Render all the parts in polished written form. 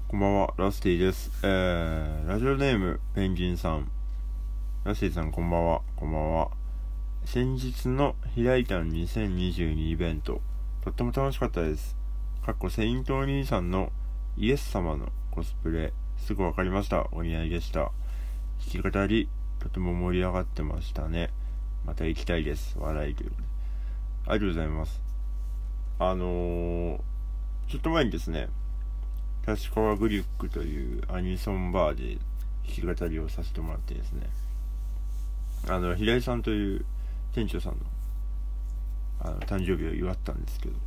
こんばんは、ラスティです。ラジオネームペンギンさん。ラスティさん、こんばんは。こんばんは。先日の開いた2022イベント、とっても楽しかったです。セイントお兄さんのイエス様のコスプレ、すぐわかりました。お似合いでした。弾き語り、とても盛り上がってましたね。また行きたいです。笑いということで。ありがとうございます。ちょっと前にですね、立川グリュックというアニソンバーで弾き語りをさせてもらってですね、平井さんという店長さんの誕生日を祝ったんですけど、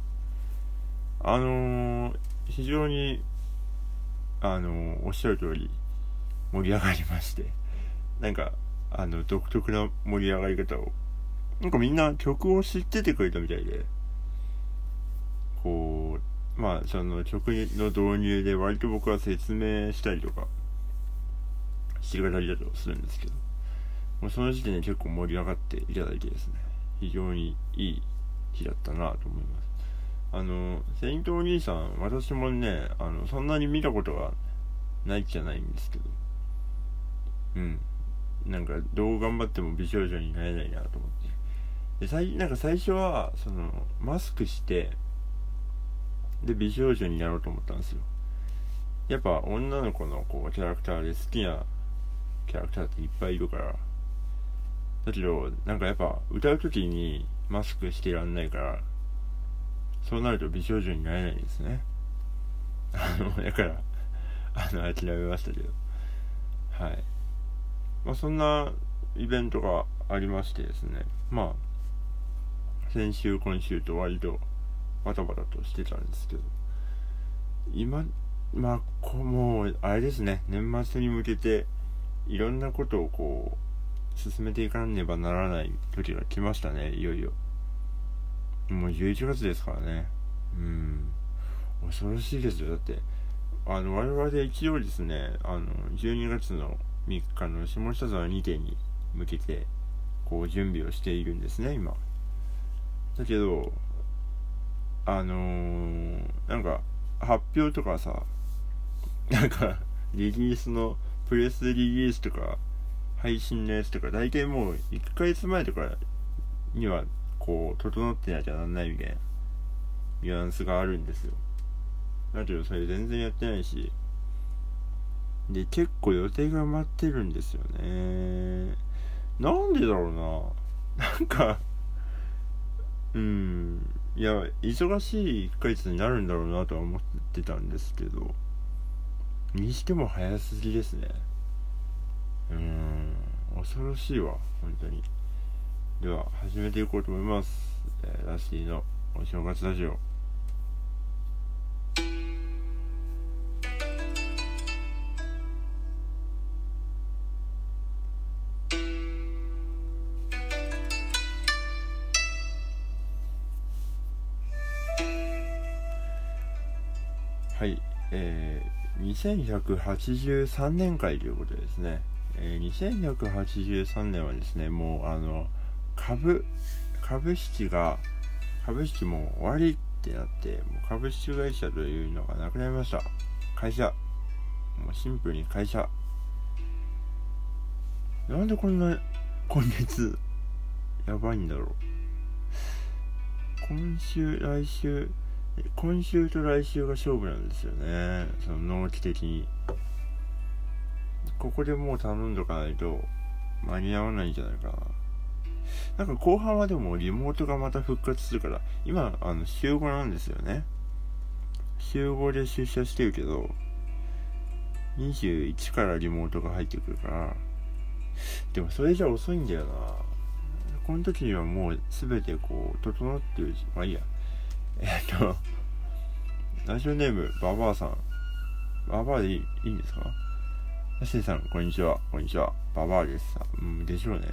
非常におっしゃる通り盛り上がりまして、なんか独特な盛り上がり方を、なんかみんな曲を知っててくれたみたいで、こうその曲の導入で割と僕は説明したりとか弾き語りだとするんですけど、もうその時点で結構盛り上がっていただいてですね、非常にいい日だったなと思います。セイントお兄さん、私もねそんなに見たことがないじゃないんですけど、なんかどう頑張っても美少女になれないなと思って、なんか最初はそのマスクしてで美少女になろうと思ったんですよ。やっぱ女の子のこうキャラクターで好きなキャラクターっていっぱいいるから。だけどなんかやっぱ歌うときにマスクしてらんないから、そうなると美少女になれないですね。だから諦めましたけど、はい。そんなイベントがありましてですね、先週今週と割とバタバタとしてたんですけど、今もうあれですね、年末に向けていろんなことをこう進めていかなければならない時が来ましたね。いよいよもう11月ですからね。恐ろしいですよ。だって我々で一応ですね、12月の3日の下北沢2店に向けてこう準備をしているんですね今。だけどなんか発表とかさ、なんかリリースのプレスリリースとか配信のやつとか大体もう1ヶ月前とかにはこう整ってなきゃなんないみたいなニュアンスがあるんですよ。だけどそれ全然やってないし、で結構予定が埋まってるんですよね。なんでだろうな。なんかいや忙しい1ヶ月になるんだろうなとは思ってたんですけど、にしても早すぎですね。恐ろしいわ本当に。では始めていこうと思います。ラスティのお正月ラジオ。はい、2183年会ということですね。2183年はですね、もう株式も終わりってなって、もう株式会社というのがなくなりました。会社、もうシンプルに会社。なんでこんな今月やばいんだろう。今週と来週が勝負なんですよね、その納期的に。ここでもう頼んどかないと間に合わないんじゃないかな。なんか後半はでもリモートがまた復活するから、今週5なんですよね。週5で出社してるけど21からリモートが入ってくるから、でもそれじゃ遅いんだよな。この時にはもう全てこう整ってるし、いいや。ラジオネームババアさん。ババアでいいんですか？ヤシさん、こんにちは。ババアです。でしょうね。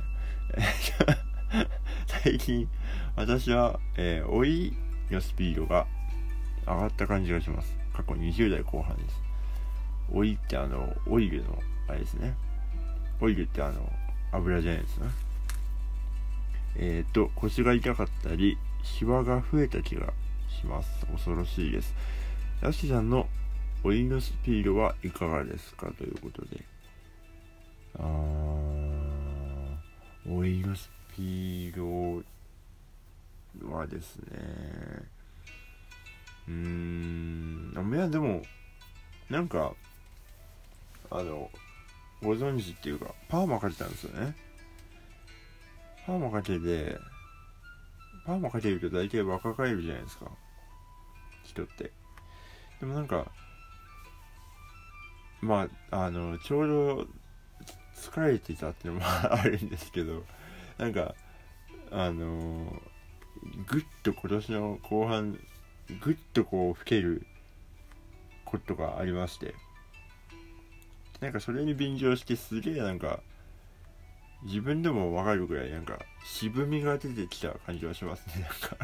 最近私は、老いのスピードが上がった感じがします。過去20代後半です。老いってオイルのあれですね。オイルって油じゃないですね。腰が痛かったりシワが増えた気がします。恐ろしいです。ヤシさんのお湯のスピードはいかがですかということで、お湯のスピードはですね、いやでもなんかご存知っていうかパーマかけたんですよね。パーマかけると大体若返るじゃないですか、人って。でもなんかちょうど疲れてたっていうのもあるんですけど、なんかぐっと今年の後半ぐっとこう老けることがありまして、なんかそれに便乗してすげえなんか自分でもわかるぐらいなんか渋みが出てきた感じはしますね。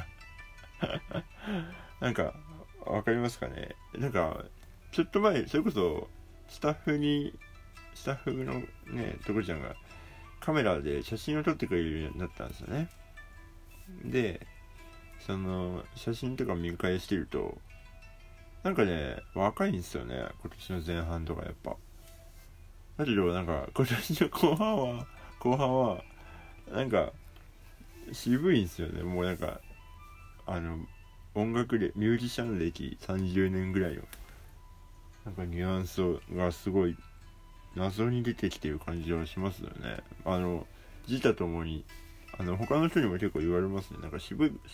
なんかわかりますかね。なんかちょっと前それこそスタッフのねとこちゃんがカメラで写真を撮ってくれるようになったんですよね。でその写真とか見返してるとなんかね若いんですよね、今年の前半とかやっぱ。だけどなんか今年の後半はなんか渋いんですよね。もうなんか音楽でミュージシャン歴30年ぐらいのなんかニュアンスがすごい謎に出てきてる感じはしますよね。自他ともに他の人にも結構言われますね。なんか渋いね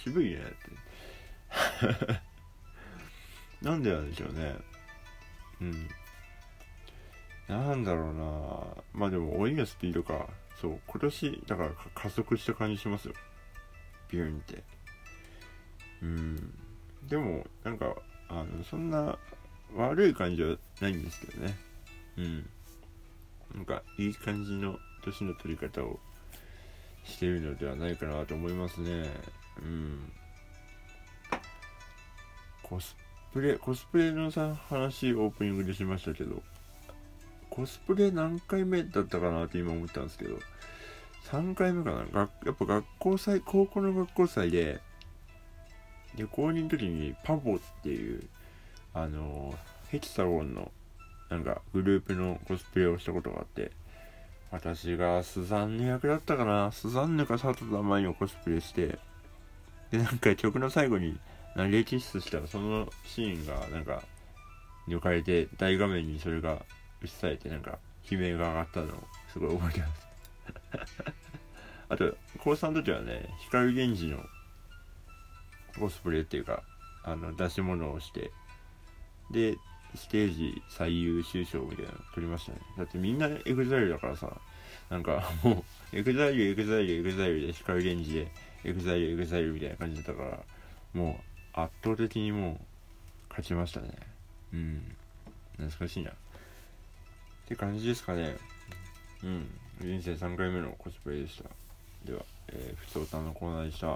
ってなんでなんでしょうね。なんだろうな。でも老いのスピードか。そう今年だから加速した感じしますよ、ビューンって。でもなんかそんな悪い感じはないんですけどね。なんかいい感じの年の取り方をしているのではないかなと思いますね。コスプレの話オープニングでしましたけど、コスプレ何回目だったかなって今思ったんですけど、3回目かな。やっぱ高校の学校祭で高2の時にパボっていうヘキサゴンのなんかグループのコスプレをしたことがあって、私がスザンヌ役だったかな。スザンヌか佐藤田舞のコスプレして、でなんか曲の最後にレーキスしたらそのシーンがなんか抜かれて大画面にそれが映されてなんか悲鳴が上がったのをすごい覚えてますあと高3の時はね、光源氏のコスプレっていうか出し物をして、でステージ最優秀賞みたいなの取りましたね。だってみんなエグザイルだからさ、なんかもうエグザイルで光源氏でエグザイルみたいな感じだったから、もう圧倒的にもう勝ちましたね。懐かしいなって感じですかね。人生3回目のコスプレでした。では、ふつおたのコーナーでした。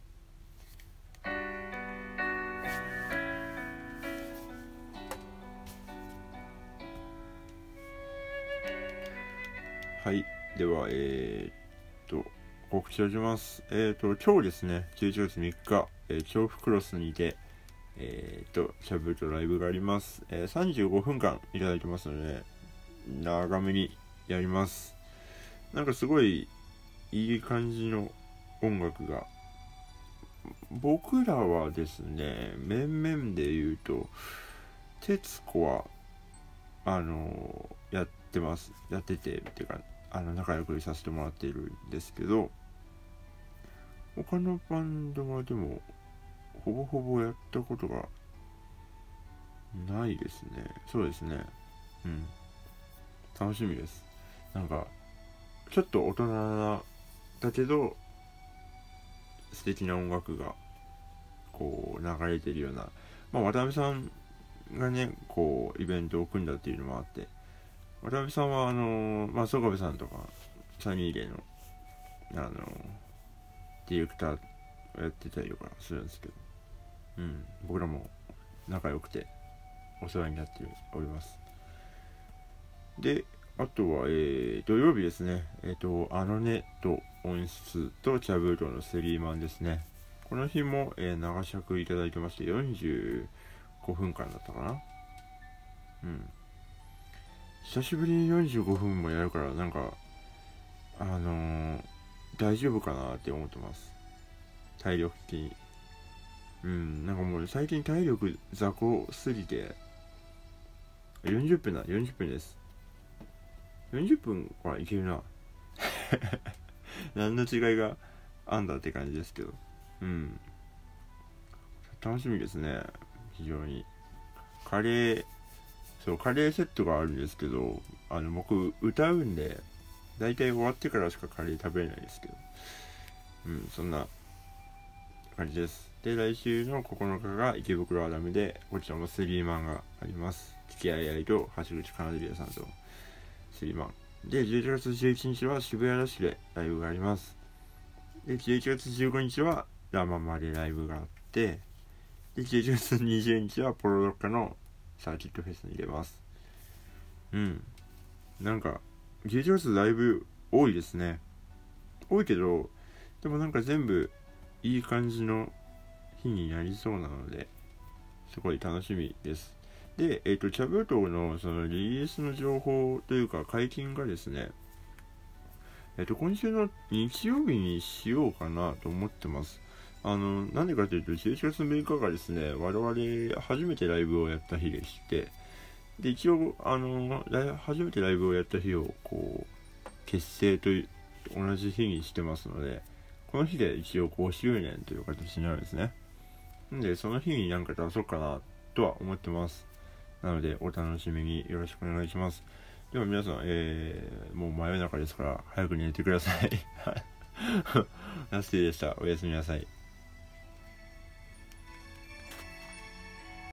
はい、では告知をします。今日ですね、11月3日、調布クロスにてシャブとライブがあります。35分間いただきますので、長めにやります。なんかすごいいい感じの音楽が、僕らはですね、面々で言うと徹子はやっててっていうか仲良くさせてもらっているんですけど、他のバンドはでもほぼほぼやったことがないですね。そうですね。楽しみです。なんかちょっと大人なだけど素敵な音楽がこう流れてるような、渡辺さんがねこうイベントを組んだっていうのもあって、渡辺さんは曽我部さんとかサニーレイのディレクターをやってたりとかするんですけど、僕らも仲良くてお世話になっております。であとは、土曜日ですね、あのねと音質と茶ブートのスリーマンですね。この日も、長尺いただいてまして45分間だったかな。 久しぶりに45分もやるから、なんか大丈夫かなって思ってます、体力的に。なんかもう最近体力雑魚すぎて。40分です。40分はいけるな何の違いがあんだって感じですけど、楽しみですね、非常に。カレーセットがあるんですけど、僕歌うんでだいたい終わってからしかカレー食べれないですけど、そんな感じです。で、来週の9日が池袋アダムで、こちらもスリーマンがあります。キキアイアイと橋口かなでりやさんとスリーマンで、11月11日は渋谷ラッシュでライブがあります。で、11月15日はラママでライブがあって、で、11月20日はポロロッカのサーキットフェスに出ます。なんか11月ライブ多いですね。多いけど、でもなんか全部いい感じの日になりそうなので、すごい楽しみです。で、チャブトのそのリリースの情報というか解禁がですね、今週の日曜日にしようかなと思ってます。なんでかというと、11月6日がですね、我々初めてライブをやった日でして、で、一応、初めてライブをやった日を、こう、結成と同じ日にしてますので、この日で一応5周年という形になるんですね。んで、その日になんか出そうかなとは思ってます。なので、お楽しみによろしくお願いします。では皆さん、もう真夜中ですから、早く寝てください。ラスティでした。おやすみなさい。